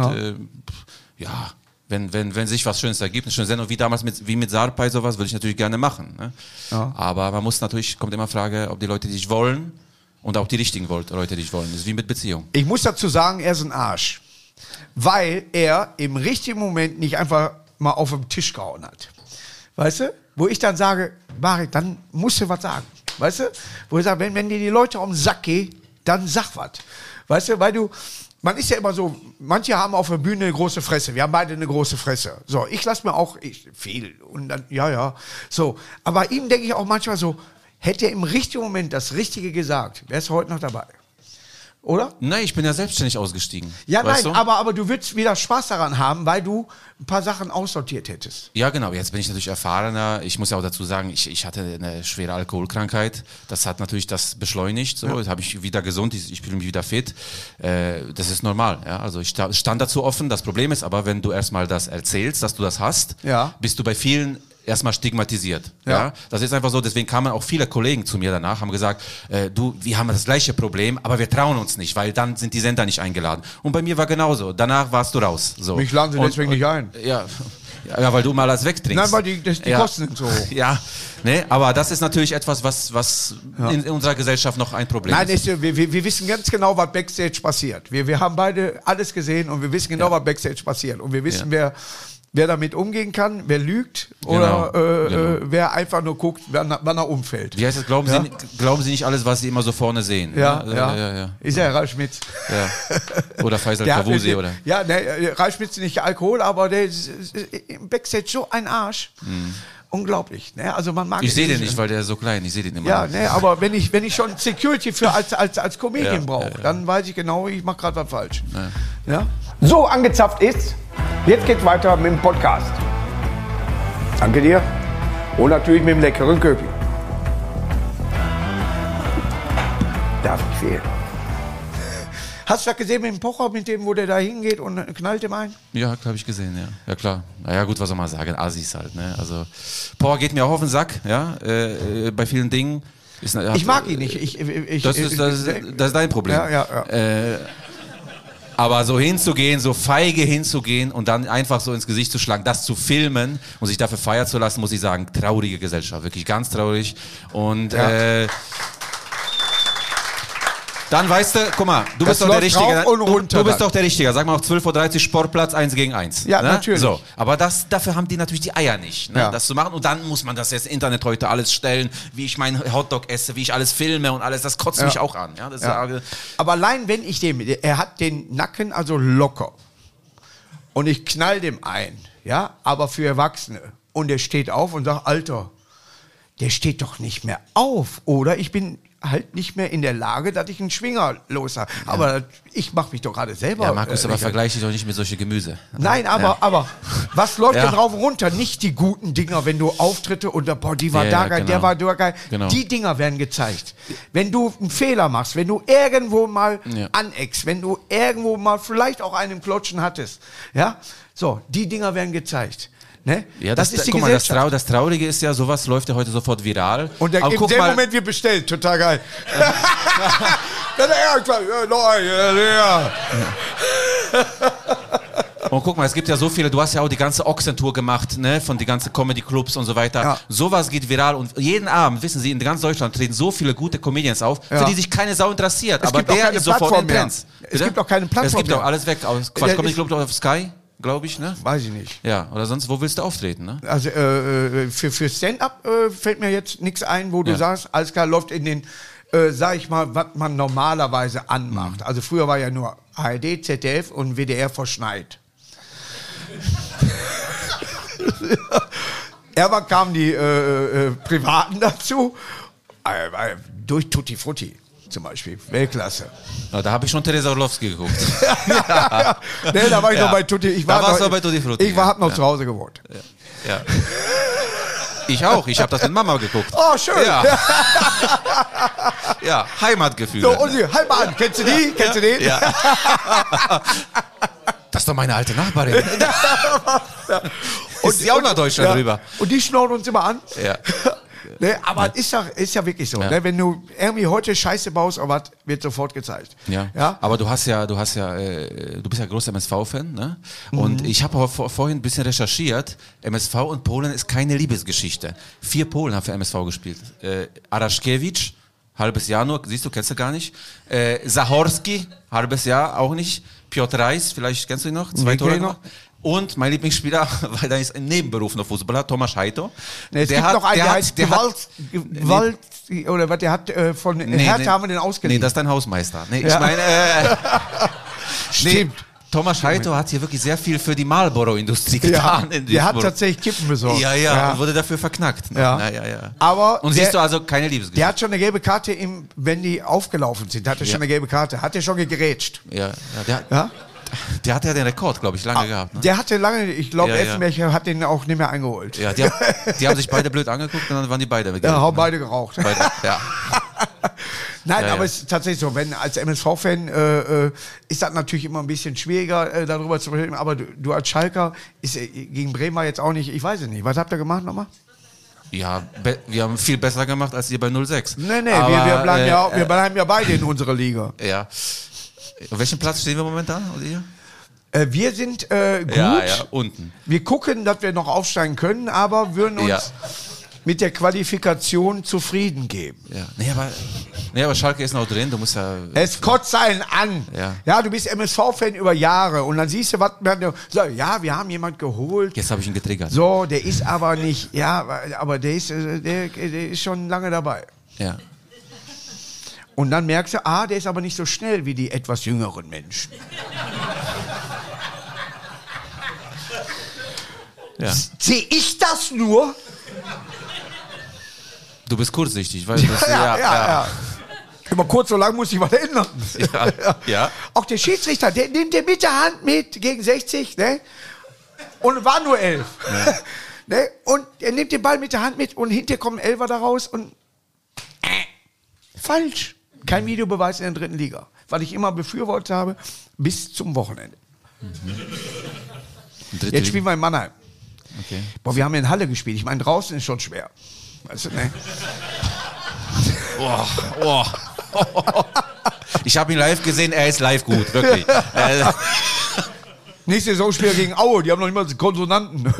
wenn sich was Schönes ergibt, eine schöne Sendung wie damals mit Sarpei sowas, würde ich natürlich gerne machen. Ne? Ja. Aber man muss natürlich, kommt immer die Frage, ob die Leute dich wollen und auch die richtigen Leute dich wollen. Das ist wie mit Beziehung. Ich muss dazu sagen, er ist ein Arsch. Weil er im richtigen Moment nicht einfach mal auf den Tisch gehauen hat. Weißt du? Wo ich dann sage, Marek, dann musst du was sagen. Weißt du? Wo ich sage, wenn dir die Leute um den Sack gehen, dann sag was. Weißt du? Weil man ist ja immer so, manche haben auf der Bühne eine große Fresse. Wir haben beide eine große Fresse. So, ich lasse mir auch viel. Und dann, so. Aber ihm denke ich auch manchmal so, hätte er im richtigen Moment das Richtige gesagt, wäre es heute noch dabei. Oder? Nein, ich bin ja selbstständig ausgestiegen. Ja, nein, aber du würdest wieder Spaß daran haben, weil du ein paar Sachen aussortiert hättest. Ja, genau. Jetzt bin ich natürlich erfahrener. Ich muss ja auch dazu sagen, ich hatte eine schwere Alkoholkrankheit. Das hat natürlich das beschleunigt. So, jetzt habe ich wieder gesund, ich fühle mich wieder fit. Das ist normal. Ja? Also ich stand dazu offen. Das Problem ist aber, wenn du erstmal das erzählst, dass du das hast, bist du bei vielen erstmal stigmatisiert. Ja. Das ist einfach so, deswegen kamen auch viele Kollegen zu mir danach, haben gesagt, wir haben das gleiche Problem, aber wir trauen uns nicht, weil dann sind die Sender nicht eingeladen. Und bei mir war genauso. Danach warst du raus. So. Mich laden sie deswegen nicht ein. Ja, weil du mal alles wegtrinkst. Nein, weil die Kosten sind so hoch. Ja, ne, aber das ist natürlich etwas, was in unserer Gesellschaft noch ein Problem ist. Nein, wir wissen ganz genau, was Backstage passiert. Wir haben beide alles gesehen und wir wissen genau, was Backstage passiert. Und wir wissen, wer damit umgehen kann, wer lügt oder wer einfach nur guckt, wann er umfällt. Wie heißt das? Glauben Sie nicht alles, was Sie immer so vorne sehen? Ja. Ist ja Ralf Schmitz. Ja. Oder Faisal Kavusi, oder? Ja, Ralf Schmitz ist nicht Alkohol, aber der ist im Backstage so ein Arsch. Unglaublich. Ne? Also man mag ich sehe den nicht, weil der ist so klein. Ich sehe den immer. Ja, ne, aber wenn ich schon Security für als Comedian brauche, dann weiß ich genau, ich mache gerade was falsch. Ja? So angezapft ist. Jetzt geht's weiter mit dem Podcast. Danke dir. Und natürlich mit dem leckeren Köpi. Darf nicht fehlen. Hast du das gesehen mit dem Pocher, mit dem, wo der da hingeht und knallt ihm ein? Ja, habe ich gesehen, ja. Ja, klar. Naja, gut, was soll man sagen? Assis halt, ne? Also, Pocher geht mir auch auf den Sack, ja, bei vielen Dingen. Ich mag ihn nicht. Das ist dein Problem. Ja. Aber so hinzugehen, so feige hinzugehen und dann einfach so ins Gesicht zu schlagen, das zu filmen und sich dafür feiern zu lassen, muss ich sagen, traurige Gesellschaft, wirklich ganz traurig. Und dann weißt du, guck mal, du bist doch der Richtige. Du bist doch der Richtige. Sag mal auf 12:30 Uhr Sportplatz 1 gegen 1. Ja, ne? Natürlich. So, aber dafür haben die natürlich die Eier nicht, ne? Das zu machen. Und dann muss man das jetzt im Internet heute alles stellen, wie ich meinen Hotdog esse, wie ich alles filme und alles. Das kotzt mich auch an. Ja? Aber allein wenn ich er hat den Nacken also locker und ich knall dem ein, ja, aber für Erwachsene. Und der steht auf und sagt, Alter, der steht doch nicht mehr auf, oder? Ich bin halt nicht mehr in der Lage, dass ich einen Schwinger los habe. Ja. Aber ich mache mich doch gerade selber. Ja, Markus, aber vergleiche dich doch nicht mit solchen Gemüse. Nein, aber was läuft denn drauf und runter? Nicht die guten Dinger, wenn du Auftritte und die war geil, genau. Der war da geil. Genau. Die Dinger werden gezeigt. Wenn du einen Fehler machst, wenn du irgendwo mal aneckst, wenn du irgendwo mal vielleicht auch einen Klotschen hattest, ja, so, die Dinger werden gezeigt. Ne? Ja, das ist die guck mal, Gesellschaft. das Traurige ist ja, sowas läuft ja heute sofort viral. Und im selben Moment wird bestellt, total geil. Und guck mal, es gibt ja so viele, du hast ja auch die ganze Ochsentour gemacht, ne, von die ganzen Comedy-Clubs und so weiter. Ja. Sowas geht viral und jeden Abend, wissen Sie, in ganz Deutschland treten so viele gute Comedians auf, für die sich keine Sau interessiert. Aber der ist sofort in Trends. Es gibt auch keine Plattform. Es gibt auch alles weg. Quatsch, Comedy Club auf Sky, glaube ich, ne? Weiß ich nicht. Ja, oder sonst, wo willst du auftreten, ne? Also für Stand-Up fällt mir jetzt nichts ein, wo du sagst, alles klar, läuft in den, sag ich mal, was man normalerweise anmacht. Also früher war ja nur ARD, ZDF und WDR verschneit. Irgendwann kamen die Privaten dazu, durch Tutti Frutti zum Beispiel, Weltklasse. Ja, da habe ich schon Teresa Orlowski geguckt. Ja. Nee, da war ich noch bei Tutti. Ich war noch bei Tutti Frutti. Ich hab noch zu Hause gewohnt. Ja. Ich auch. Ich habe das mit Mama geguckt. Oh, schön. Ja, Heimatgefühle. So, und die Heimat, kennst du die? Kennst du den? Ja. Das ist doch meine alte Nachbarin. Und sie auch nach Deutschland rüber. Und die schnorren uns immer an. Ja. Ne, aber ist ja wirklich so. Ne? Wenn du irgendwie heute Scheiße baust, aber wird sofort gezeigt. Ja. Aber du bist ja großer MSV-Fan, ne? Und ich habe vorhin ein bisschen recherchiert. MSV und Polen ist keine Liebesgeschichte. 4 Polen haben für MSV gespielt. Araszkiewicz, halbes Jahr nur, siehst du, kennst du gar nicht. Zahorski, halbes Jahr auch nicht. Piotr Reis, vielleicht kennst du ihn noch, 2 Tore noch. Und mein Lieblingsspieler, weil da ist ein Nebenberuf noch Fußballer, Tomasz Heito. Es gibt noch einen, der heißt Gewalt, oder was, der hat von Hertha haben wir den ausgeliehen. Nee, das ist dein Hausmeister. Nee, ich meine, stimmt. Thomas Heito hat hier wirklich sehr viel für die Marlboro-Industrie getan. Ja, der hat tatsächlich Kippen besorgt. Ja, und wurde dafür verknackt. Ne? Ja. Aber und siehst du also keine Liebesgeschichte? Der hat schon eine gelbe Karte, wenn die aufgelaufen sind, hat er schon eine gelbe Karte. Hat er schon gegrätscht. Der hat ja den Rekord, glaube ich, lange gehabt. Ne? Der hatte lange, ich glaube, Elfenbecher hat den auch nicht mehr eingeholt. Ja, die haben sich beide blöd angeguckt und dann waren die beide weg. Ja, haben beide geraucht. Ja. Nein, aber es ist tatsächlich so, wenn als MSV-Fan ist das natürlich immer ein bisschen schwieriger, darüber zu reden, aber du als Schalker, gegen Bremen war jetzt auch nicht, ich weiß es nicht. Was habt ihr gemacht nochmal? Ja, wir haben viel besser gemacht als ihr bei 06. Nee, aber, wir bleiben ja beide in unserer Liga. Ja. Auf welchem Platz stehen wir momentan? Oder ihr? Wir sind gut. Ja, unten. Wir gucken, dass wir noch aufsteigen können, aber würden uns mit der Qualifikation zufrieden geben. Ja. Nee, aber Schalke ist noch drin, du musst ja... Es kotzt einen an. Ja, du bist MSV-Fan über Jahre und dann siehst du, was... wir haben jemand geholt. Jetzt habe ich ihn getriggert. So, der ist aber nicht... Ja, aber der ist schon lange dabei. Ja. Und dann merkst du, der ist aber nicht so schnell wie die etwas jüngeren Menschen. Sehe ich das nur? Du bist kurzsichtig, weil das... Ja. Immer kurz, so lang muss ich was ändern. Ja. Auch der Schiedsrichter, der nimmt den mit der Hand mit gegen 60, ne? Und war nur 11. Ja. Ne? Und er nimmt den Ball mit der Hand mit und hinterher kommen 11er da raus und... Falsch. Kein Videobeweis in der 3. Liga. Weil ich immer befürwortet habe, bis zum Wochenende. Jetzt spielen wir in Mannheim. Okay. Boah, wir haben in Halle gespielt. Ich meine, draußen ist schon schwer. Weißt du, ne? Ich habe ihn live gesehen, er ist live gut, wirklich. Nächste Saisonspieler gegen Aue, die haben noch nicht mal Konsonanten.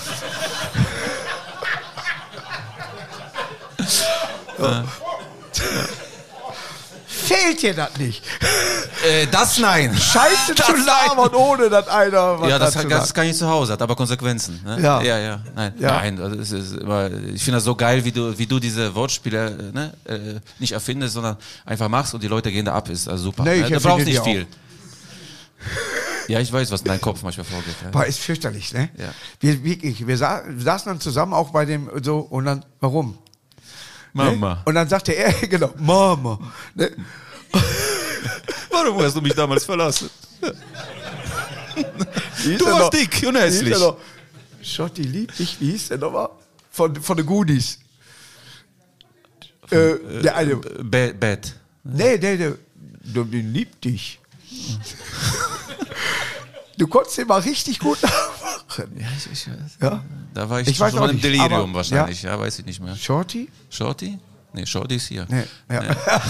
Fehlt dir das nicht? Das nein. Scheiße zu labern, ohne dass einer was das kann ich zu Hause, hat aber Konsequenzen. Ne? Ja. Nein, also es ist immer, ich finde das so geil, wie du diese Wortspiele nicht erfindest, sondern einfach machst und die Leute gehen da ab, ist also super. Nee, du brauchst nicht viel. Ja, ich weiß, was in deinem Kopf manchmal vorgeht. Ja. Boah, ist fürchterlich, ne? Ja. Wir saßen dann zusammen auch bei dem so und dann, warum? Mama. Ne? Und dann sagte er, genau, Mama. Ne? Warum hast du mich damals verlassen? Du warst dick und hässlich. Schotti liebt dich, wie hieß der nochmal? Von den Goonies. Der eine. Bad. Nee, der liebt dich. Du konntest den mal richtig gut nachmachen. machen. Ja, ich Ja? Da war Ich schon weiß auch im nicht, Delirium aber- wahrscheinlich. Ja, weiß ich nicht mehr. Shorty? Shorty? Nee, Shorty ist hier. Nee. Ja.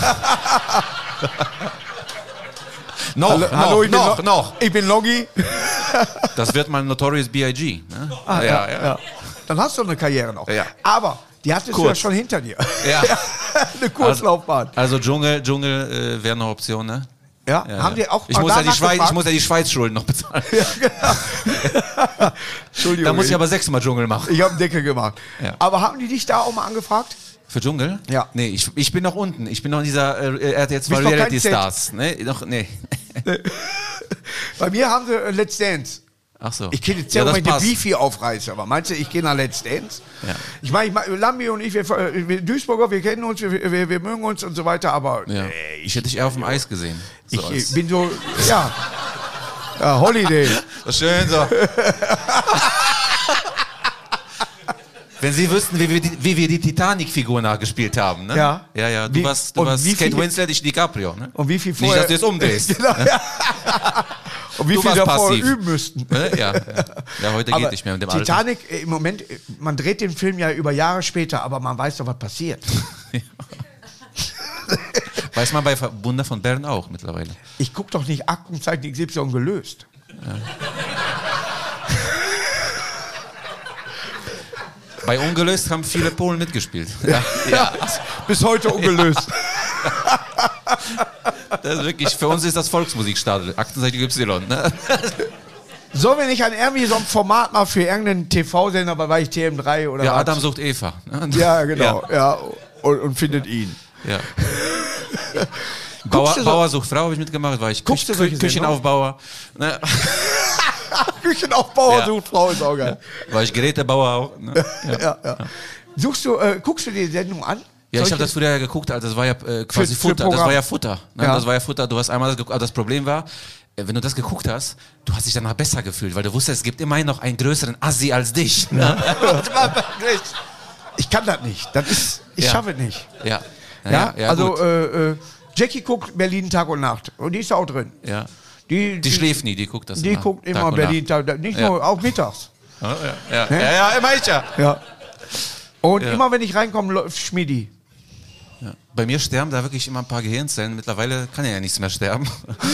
Noch, ich bin noch. Ich bin Logi. Das wird mal Notorious B.I.G. Ne? Ja. Dann hast du eine Karriere noch. Ja. Aber die hattest du ja schon hinter dir. Ja. Eine Kurzlaufbahn. Also Dschungel wäre eine Option, ne? Ja, haben die auch ich mal muss ja danach gefragt? ich muss ja die Schweiz-Schulden noch bezahlen. Entschuldigung. Da muss ich aber 6-mal Dschungel machen. Ich habe einen Deckel gemacht. Ja. Aber haben die dich da auch mal angefragt? Für Dschungel? Ja. Nee, ich bin noch unten. Ich bin noch in dieser, er hat jetzt Bist mal noch kein Reality Set. Stars. Nee. Bei mir haben sie Let's Dance. Ach so. Ich kenne jetzt ja, ja das Moment die passt. Beefy-Aufreißer, aber meinst du, ich gehe nach Let's Dance? Ja. Ich meine, Lambi und ich, wir Duisburger, wir kennen uns, wir mögen uns und so weiter, aber Ja. Ich hätte dich eher auf dem Eis gesehen. So ich bin so, ja, Holiday. so schön so. Wenn Sie wüssten, wie wir die Titanic-Figur nachgespielt haben, ne? Ja. Ja. Du Wie- warst und Kate wie viel- Winslet, ich DiCaprio, ne? Und wie viel Nicht, vorher... dass du jetzt umdrehst. Genau, ja. Und wie Du viel warst davor passiv. üben müssten. Ne? Ja, heute Aber geht nicht mehr mit dem Alter. Titanic, im Moment, man dreht den Film ja über Jahre später, aber man weiß doch, was passiert. Weiß man bei Wunder von Bern auch mittlerweile. Ich gucke doch nicht Aktenzeichen XY gelöst. Bei Ungelöst haben viele Polen mitgespielt. Ja. Bis heute ungelöst. Das ist wirklich, für uns ist das Volksmusikstadel. Aktenzeichen Y. Ne? Sollen wir nicht an irgendwie so ein Format mal für irgendeinen TV-Sender, bei war ich TM3 oder Ja, was? Adam sucht Eva. Ne? Ja, genau. Ja. Und findet ihn. Ja. Guckst du so- Bauer sucht Frau habe ich mitgemacht, war ich Guckst du solche Küchenaufbauer. Ne? Küchenaufbauer Ja. sucht Frau, ist auch geil. War ich Gerätebauer auch. Ne? Ja. Guckst du dir die Sendung an? Ja, ich Solche- habe das früher ja geguckt, also das war ja quasi für Futter. Das Programm. war ja Futter. Ne? Ja. Das war ja Futter. Du hast einmal das geguckt, aber das Problem war, wenn du das geguckt hast, du hast dich danach besser gefühlt, weil du wusstest, es gibt immerhin noch einen größeren Assi als dich. Ne? Das war wirklich- Ich kann das nicht. Ich Ja. schaffe es nicht. Ja. Ja, also gut. Jackie guckt Berlin Tag und Nacht. Und die ist auch drin. Ja. Die schläft nie, die guckt das Die immer. guckt Tag immer und Berlin Tag, nicht Ja. nur, auch mittags. Nacht. Ja, immer ich ja. Ja. Und Ja. immer wenn ich reinkomme, läuft Schmiedi. Ja. Bei mir sterben da wirklich immer ein paar Gehirnzellen. Mittlerweile kann ja nichts mehr sterben.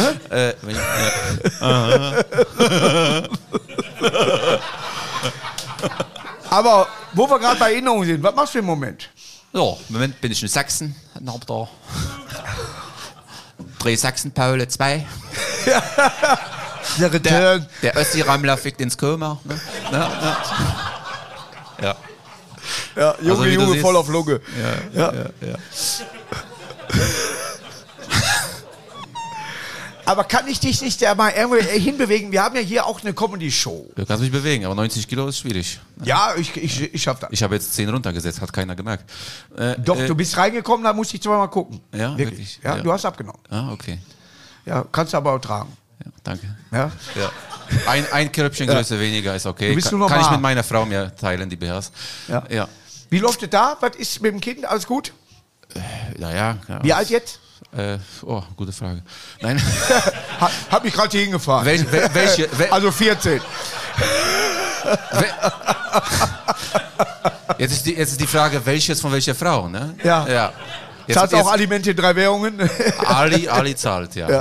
Aber wo wir gerade bei Erinnerungen sind, was machst du im Moment? So, im Moment bin ich in Sachsen. Hab da Dreh Sachsen, Paul 2. Der Return. Der Össi-Rammler fickt ins Koma. Ne? Ja. Ja, Junge, Also, wie du Junge, siehst- voll auf Lunge. Ja. Aber kann ich dich nicht da mal irgendwo hinbewegen? Wir haben ja hier auch eine Comedy-Show. Du kannst mich bewegen, aber 90 Kilo ist schwierig. Ja, ich schaff das. Ich habe jetzt 10 runtergesetzt, hat keiner gemerkt. Doch, du bist reingekommen, da musste ich zweimal gucken. Ja, wirklich? Ja, Ja. du hast abgenommen. Ah, okay. Ja, kannst du aber auch tragen. Ja, danke. Ja? Ja. Ein Körbchen Größe weniger ist okay. Du bist nur Kann ich normal. mit meiner Frau mir teilen, die BHs. Ja. Wie läuft es da? Was ist mit dem Kind? Alles gut? Ja. Wie alt jetzt? Gute Frage. Nein. Hab mich gerade hier hingefahren. Welche? Also 14. Jetzt ist die Frage, welches von welcher Frau, ne? Ja. Jetzt, Zahlt auch Alimente in 3 Währungen? Ali zahlt, ja.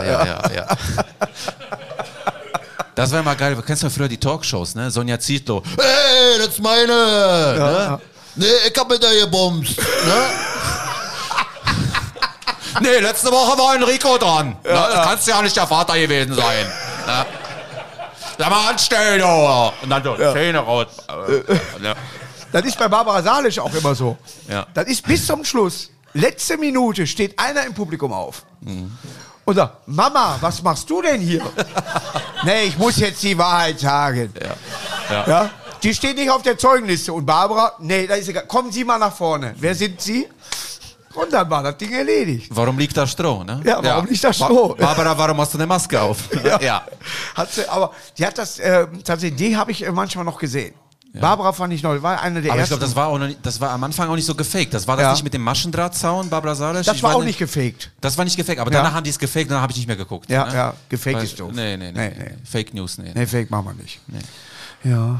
Das war immer geil. Kennst du früher die Talkshows, ne? Sonja Zietlow. Hey, das ist meine! Ne? Nee, ich hab mit der gebumst. Ne? Nee, letzte Woche war Enrico dran. Das kannst ja nicht der Vater gewesen sein. Ne? Sag mal anstellen, du. Und dann so, Zähne raus. Ja. Das ist bei Barbara Salisch auch immer so. Ja. Das ist bis zum Schluss. Letzte Minute steht einer im Publikum auf. Und sagt, Mama, was machst du denn hier? Nee, ich muss jetzt die Wahrheit sagen. Ja? Die steht nicht auf der Zeugenliste. Und Barbara, nee, da ist egal. Kommen Sie mal nach vorne. Wer sind Sie? Und dann war das Ding erledigt. Warum liegt da Stroh, ne? Ja, warum liegt da Stroh? Barbara, warum hast du eine Maske auf? Ja. Hat sie, aber die hat das, tatsächlich, die habe ich manchmal noch gesehen. Barbara fand ich noch, war eine der Aber ich ersten. glaube, das war am Anfang auch nicht so gefaked. Das war das nicht mit dem Maschendrahtzaun, Barbara Salisch? Das Ich war auch meine, nicht gefaked. Das war nicht gefaked, aber danach haben die es gefaked und dann habe ich nicht mehr geguckt. Ja, ne? ja, gefaked Weil- ist doof. Nee. Fake News, nee. Nee, Fake machen wir nicht. Nee. Ja.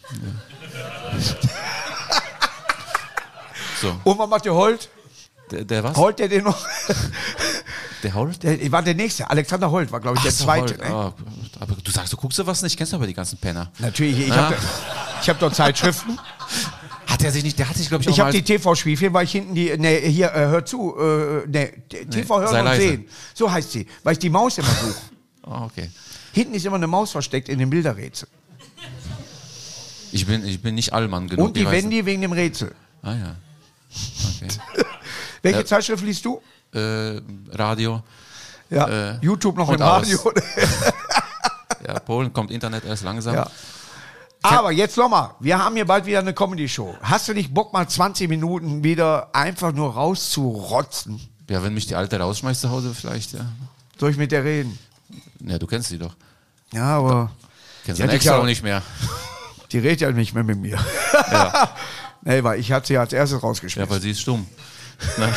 So. Und was macht der Holt? Der was? Holt der den noch? Der Holt? Der war der Nächste. Alexander Holt war, glaube ich, der Zweite. Holt. Ne? Oh, aber du sagst, du guckst sowas nicht, kennst aber die ganzen Penner. Natürlich, ich habe dort Zeitschriften. Hat er sich nicht, der hat sich, glaube ich, auch Ich habe die TV-Spielfilme, weil ich hinten hör zu, TV hören und sehen. So heißt sie, weil ich die Maus immer suche. Oh, okay. Hinten ist immer eine Maus versteckt in dem Bilderrätsel. Ich bin nicht Allmann genug. Und die Wendy wegen dem Rätsel. Ah ja. Okay. Welche Zeitschrift liest du? Radio. Ja, YouTube noch im Radio. Ja, Polen kommt Internet erst langsam. Ja. Aber jetzt nochmal, wir haben hier bald wieder eine Comedy-Show. Hast du nicht Bock, mal 20 Minuten wieder einfach nur rauszurotzen? Ja, wenn mich die Alte rausschmeißt zu Hause vielleicht, ja. Soll ich mit der reden? Ja, du kennst sie doch. Ja, aber... Kennst du extra auch nicht mehr. Die redet ja nicht mehr mit mir. Ja. Nee, weil ich hatte sie als erstes rausgeschmissen. Ja, weil sie ist stumm. Ne?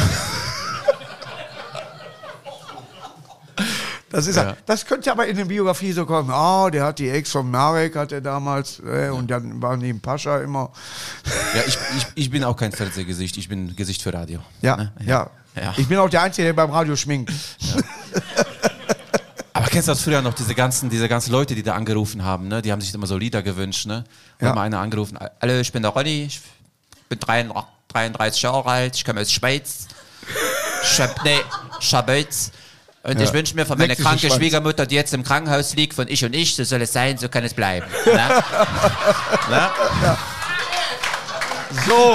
Das könnte aber in der Biografie so kommen. Oh, der hat die Ex von Marek, hat er damals. Und dann waren die im Pascha immer. Ja, ich bin auch kein Fernsehgesicht. Ich bin Gesicht für Radio. Ja, ne? ja. Ich bin auch der Einzige, der beim Radio schminkt. Ja. Aber kennst du das früher noch, diese ganzen Leute, die da angerufen haben, ne? Die haben sich immer so Lieder gewünscht, ne? Und mal einer angerufen, hallo, ich bin der Ronny, ich bin 33 Jahre alt, ich komme aus Schweiz. Schaböitz. Und ich wünsche mir von meiner kranken Schwiegermutter, die jetzt im Krankenhaus liegt, von ich und ich, so soll es sein, so kann es bleiben. Ne? Ne? Ja. So.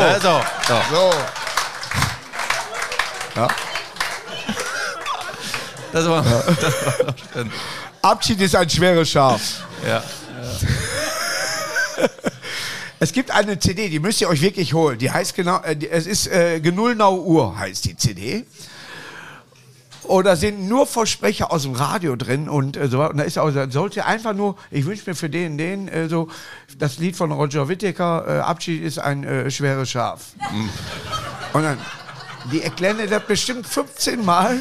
Ja. Das war noch schön. Abschied ist ein schweres Schaf. Ja. Es gibt eine CD, die müsst ihr euch wirklich holen. Die heißt genau, es ist Genullnau Uhr heißt die CD. Und da sind nur Versprecher aus dem Radio drin und so. Und da ist auch, sollte einfach nur, ich wünsche mir für den, so, das Lied von Roger Whittaker, Abschied ist ein schweres Schaf. Mhm. Und dann, die erklären das bestimmt 15 Mal.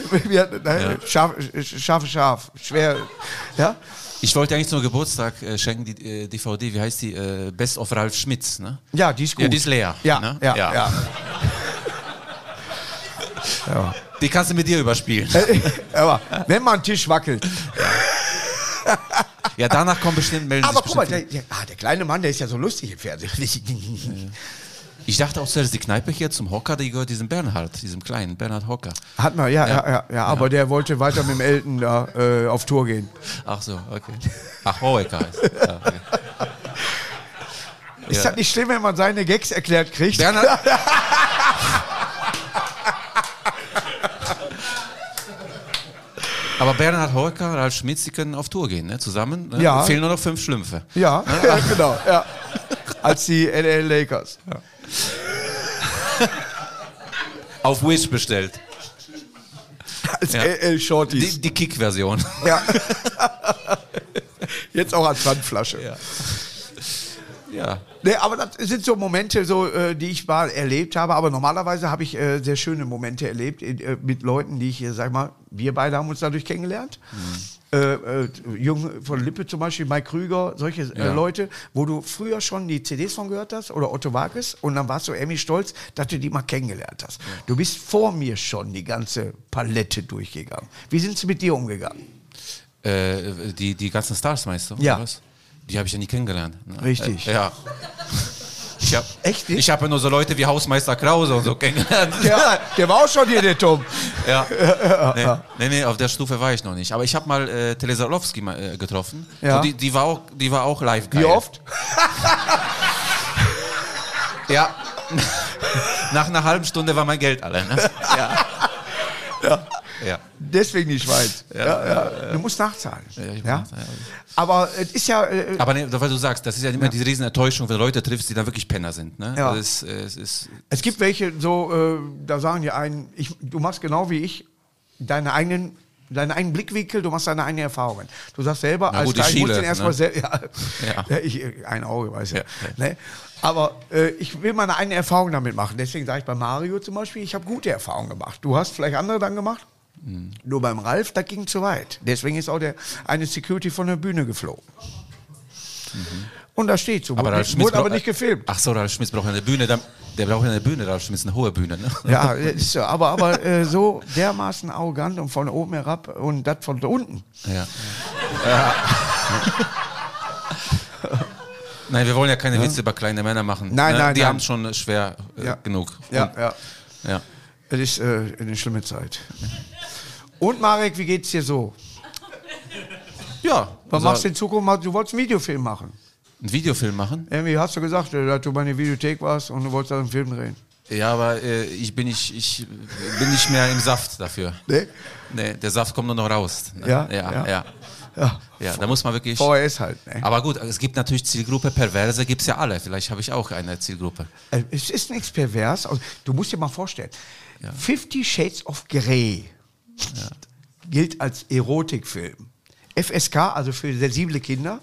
Schaf, schwer, ja. Ich wollte eigentlich zum Geburtstag schenken, die DVD, wie heißt die? Best of Ralf Schmitz, ne? Ja, die ist gut. Ja, die ist leer. Ja, ne? ja. Ja. Die kannst du mit dir überspielen. Aber wenn man einen Tisch wackelt. Ja, danach kommen bestimmt melden aber sich guck mal, der kleine Mann, der ist ja so lustig im Fernsehen. Ich dachte auch zuerst, die Kneipe hier zum Hocker, die gehört diesem Bernhard, diesem kleinen Bernhard Hocker. Hat man, ja, aber der wollte weiter mit dem Elton da auf Tour gehen. Ach so, okay. Ach, Hocker heißt. Ja, okay. Ist das nicht schlimm, wenn man seine Gags erklärt kriegt? Bernhard. Aber Bernhard Hocker und Ralf Schmitz, die können auf Tour gehen, ne? Zusammen. Ne? Ja. Fehlen nur noch 5 Schlümpfe. Ja, ja, genau. Ja. Als die LA Lakers. Ja. Auf Wish bestellt. Als LL Shorties. Die Kick-Version. Ja. Jetzt auch als Pfandflasche. Ja. Ja. Nee, aber das sind so Momente, so, die ich mal erlebt habe. Aber normalerweise habe ich sehr schöne Momente erlebt mit Leuten, die ich, sag mal, wir beide haben uns dadurch kennengelernt. Jung von Lippe zum Beispiel, Mike Krüger, solche Leute, wo du früher schon die CDs von gehört hast oder Otto Walkes und dann warst du Emmy stolz, dass du die mal kennengelernt hast. Ja. Du bist vor mir schon die ganze Palette durchgegangen. Wie sind sie mit dir umgegangen? Die ganzen Stars meinst du? Ja. Oder was? Die habe ich ja nie kennengelernt. Ne? Richtig. Ja. Echt nicht? Ich habe ja nur so Leute wie Hausmeister Krause und so kennengelernt. Ja, der war auch schon hier, der Tom. Ja. Nee, auf der Stufe war ich noch nicht. Aber ich habe mal Tele Salowski getroffen. Ja. So, die war auch live geil. Wie oft? Ja. Nach einer halben Stunde war mein Geld alle. Ne? Ja. Ja. Deswegen die Schweiz. Ja. Du musst nachzahlen. Ja? Aber es ist ja... aber nee, weil du sagst, das ist ja immer diese riesen Enttäuschung, wenn du Leute triffst, die dann wirklich Penner sind. Ne? Ja. Es gibt welche, so, da sagen die einen, du machst genau wie ich, deinen eigenen Blickwinkel, du machst deine eigenen Erfahrungen. Du sagst selber, na gut, als Teil, ich muss den erstmal selber... ein Auge, weiß ich. Ja. Ne? Aber ich will meine eigene Erfahrung damit machen. Deswegen sage ich bei Mario zum Beispiel, ich habe gute Erfahrungen gemacht. Du hast vielleicht andere dann gemacht? Nur beim Ralf, das ging zu weit. Deswegen ist auch eine Security von der Bühne geflogen. Und da steht so. Aber Wurde aber nicht gefilmt. Ach so, Ralf Schmitz braucht eine Bühne. Der braucht eine Bühne, Ralf Schmitz, eine hohe Bühne. Ne? Ja, ist so. Aber so dermaßen arrogant und von oben herab und das von unten. Ja. Nein, wir wollen ja keine Witze über kleine Männer machen. Nein, die haben es schon schwer genug. Ja. Es ist eine schlimme Zeit. Und Marek, wie geht's dir so? Ja. Was machst du in Zukunft? Du wolltest einen Videofilm machen. Einen Videofilm machen? Irgendwie hast du gesagt, dass du bei einer Videothek warst und du wolltest da einen Film drehen. Ja, aber ich bin nicht mehr im Saft dafür. Nee? Nee, der Saft kommt nur noch raus. Ne? Ja, da muss man wirklich... VHS halt. Ne? Aber gut, es gibt natürlich Zielgruppe, Perverse gibt es ja alle. Vielleicht habe ich auch eine Zielgruppe. Es ist nichts pervers. Du musst dir mal vorstellen, 50 Shades of Grey gilt als Erotikfilm. FSK, also für sensible Kinder,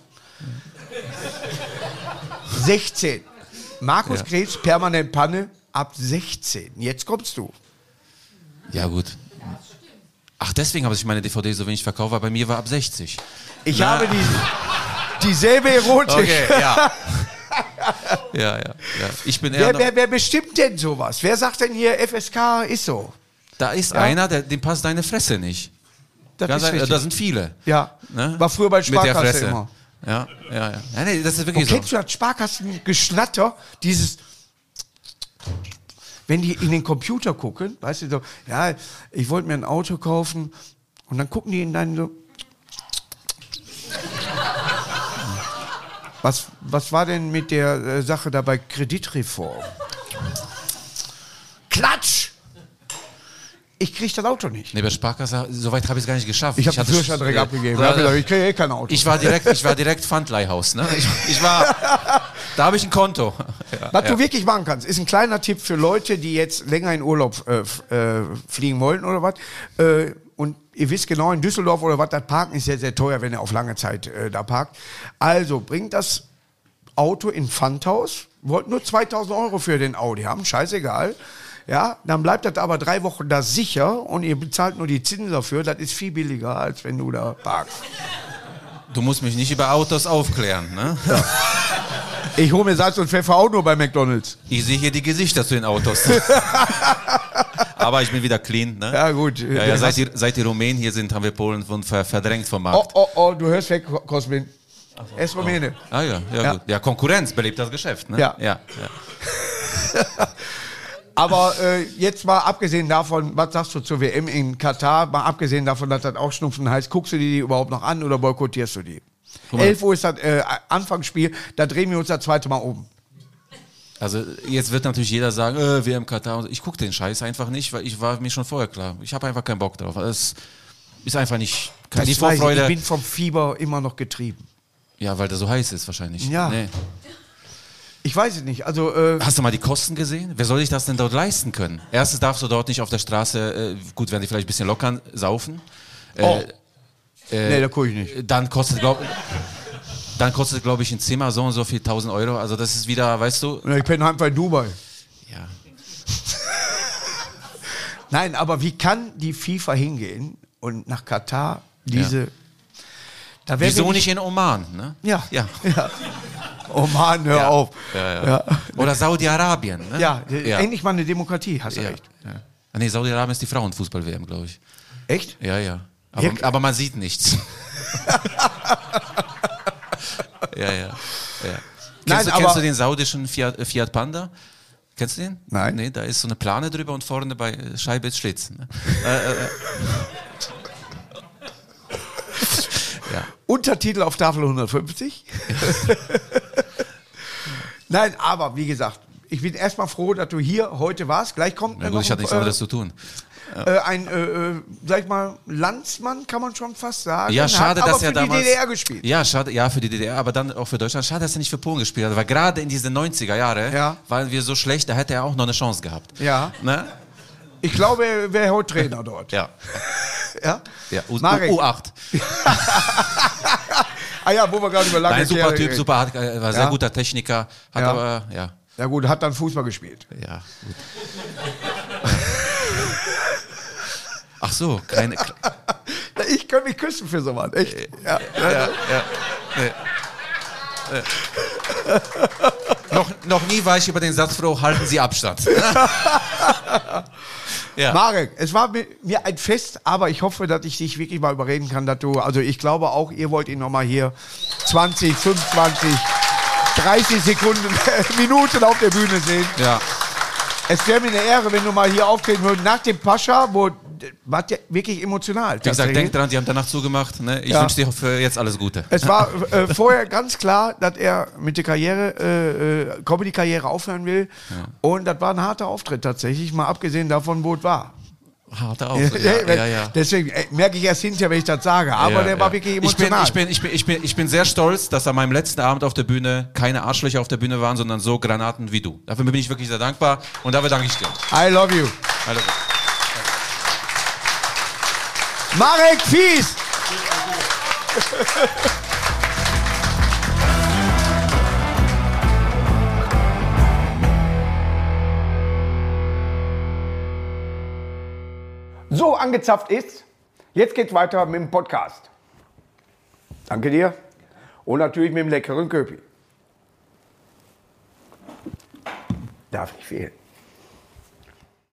16. Markus Krebs, permanent Panne, ab 16. Jetzt kommst du. Ja, gut. Ach, deswegen habe ich meine DVD so wenig verkauft, weil bei mir war ab 60. Ich habe dieselbe Erotik. Okay, ja. Ja. Ich bin eher wer bestimmt denn sowas? Wer sagt denn hier, FSK ist so? Da ist einer, dem passt deine Fresse nicht. Da sind viele. Ja, ne? War früher bei Sparkasse immer. Ja. Nee, das ist wirklich so. Kennst du das Sparkassengeschnatter? Dieses, wenn die in den Computer gucken, weißt du so, ja, ich wollte mir ein Auto kaufen und dann gucken die in deinen so. Was war denn mit der Sache da bei Kreditreform? Klatsch! Ich krieg das Auto nicht. Nee, bei Sparkasse, soweit habe ich es gar nicht geschafft. Ich habe den Führerschein direkt abgegeben. Ich kriege eh kein Auto. Ich war direkt Pfandleihhaus. Ne? Da habe ich ein Konto. Was du wirklich machen kannst, ist ein kleiner Tipp für Leute, die jetzt länger in Urlaub fliegen wollen oder was. Und ihr wisst genau, in Düsseldorf oder was, das Parken ist sehr, sehr teuer, wenn ihr auf lange Zeit da parkt. Also bringt das Auto in Pfandhaus. Wollt nur 2.000 Euro für den Audi haben, scheißegal. Ja, dann bleibt das aber 3 Wochen da sicher und ihr bezahlt nur die Zinsen dafür. Das ist viel billiger, als wenn du da parkst. Du musst mich nicht über Autos aufklären, ne? Ja. Ich hole mir Salz und Pfeffer auch nur bei McDonald's. Ich sehe hier die Gesichter zu den Autos. Aber ich bin wieder clean, ne? Ja, gut. Ja, seit die Rumänen hier sind, haben wir Polen verdrängt vom Markt. Oh, du hörst weg, Cosmin. Er ist Rumäne. Ah ja, gut. Ja, Konkurrenz belebt das Geschäft, ne? Ja. Aber jetzt mal abgesehen davon, was sagst du zur WM in Katar, mal abgesehen davon, dass das auch Schnupfen heißt, guckst du die überhaupt noch an oder boykottierst du die? 11 Uhr ist das Anfangsspiel, da drehen wir uns das zweite Mal um. Also jetzt wird natürlich jeder sagen, WM Katar, ich gucke den Scheiß einfach nicht, weil ich war mir schon vorher klar. Ich habe einfach keinen Bock drauf. Es ist einfach nicht, die Vorfreude. Ich bin vom Fieber immer noch getrieben. Ja, weil der so heiß ist wahrscheinlich. Ja. Nee. Ich weiß es nicht. Also, hast du mal die Kosten gesehen? Wer soll sich das denn dort leisten können? Erstens darfst du dort nicht auf der Straße, gut, werden die vielleicht ein bisschen lockern, saufen. Nee, da gucke ich nicht. Dann kostet, glaube ich, ein Zimmer so und so viel 1.000 Euro. Also das ist wieder, weißt du... Ich penne einfach in Dubai. Ja. Nein, aber wie kann die FIFA hingehen und nach Katar diese... Ja. Wieso nicht in Oman, ne? Ja. Oman, hör auf. Ja. Oder Saudi-Arabien. Ne? Ja, endlich mal eine Demokratie, hast du recht. Ja. Nee, Saudi-Arabien ist die Frauenfußball-WM, glaube ich. Echt? Ja. Aber man sieht nichts. Ja. Kennst du den saudischen Fiat Panda? Kennst du den? Nein. Nee, da ist so eine Plane drüber und vorne bei Scheibe ist Schlitz. Ne? Ja. Untertitel auf Tafel 150. Nein, aber wie gesagt, ich bin erstmal froh, dass du hier heute warst. Gleich kommt ich hatte nichts anderes zu tun. Sag ich mal, Landsmann, kann man schon fast sagen. Ja, schade, dass er für damals... die DDR gespielt. Ja, schade, ja, für die DDR, aber dann auch für Deutschland. Schade, dass er nicht für Polen gespielt hat, weil gerade in diesen 90er Jahren waren wir so schlecht, da hätte er auch noch eine Chance gehabt. Ja. Ne? Ich glaube, er wäre heute Trainer dort. Ja. Ja? Ja, U8. Wo wir gerade über lange super Typ, war sehr guter Techniker, hat aber, Ja gut, hat dann Fußball gespielt. Ja, gut. Ach so, keine... Ich könnte mich küssen für sowas, echt. Ja. Noch nie war ich über den Satz froh, halten Sie Abstand. Ja. Marek, es war mir ein Fest, aber ich hoffe, dass ich dich wirklich mal überreden kann, dass du, also ich glaube auch, ihr wollt ihn nochmal hier 20, 25, 30 Sekunden, Minuten auf der Bühne sehen. Ja. Es wäre mir eine Ehre, wenn du mal hier auftreten würdest, nach dem Pascha, war ja wirklich emotional. Wie gesagt, denk dran, die haben danach zugemacht. Ne? Ich wünsche dir für jetzt alles Gute. Es war vorher ganz klar, dass er mit der Comedy-Karriere aufhören will. Ja. Und das war ein harter Auftritt tatsächlich, mal abgesehen davon, wo es war. Harter Auftritt, ja. Deswegen merke ich erst hinterher, wenn ich das sage. Aber der war wirklich emotional. Ich bin sehr stolz, dass an meinem letzten Abend auf der Bühne keine Arschlöcher auf der Bühne waren, sondern so Granaten wie du. Dafür bin ich wirklich sehr dankbar und dafür danke ich dir. I love you. Marek Fies! So, angezapft ist. Jetzt geht's weiter mit dem Podcast. Danke dir. Und natürlich mit dem leckeren Köpi. Darf nicht fehlen.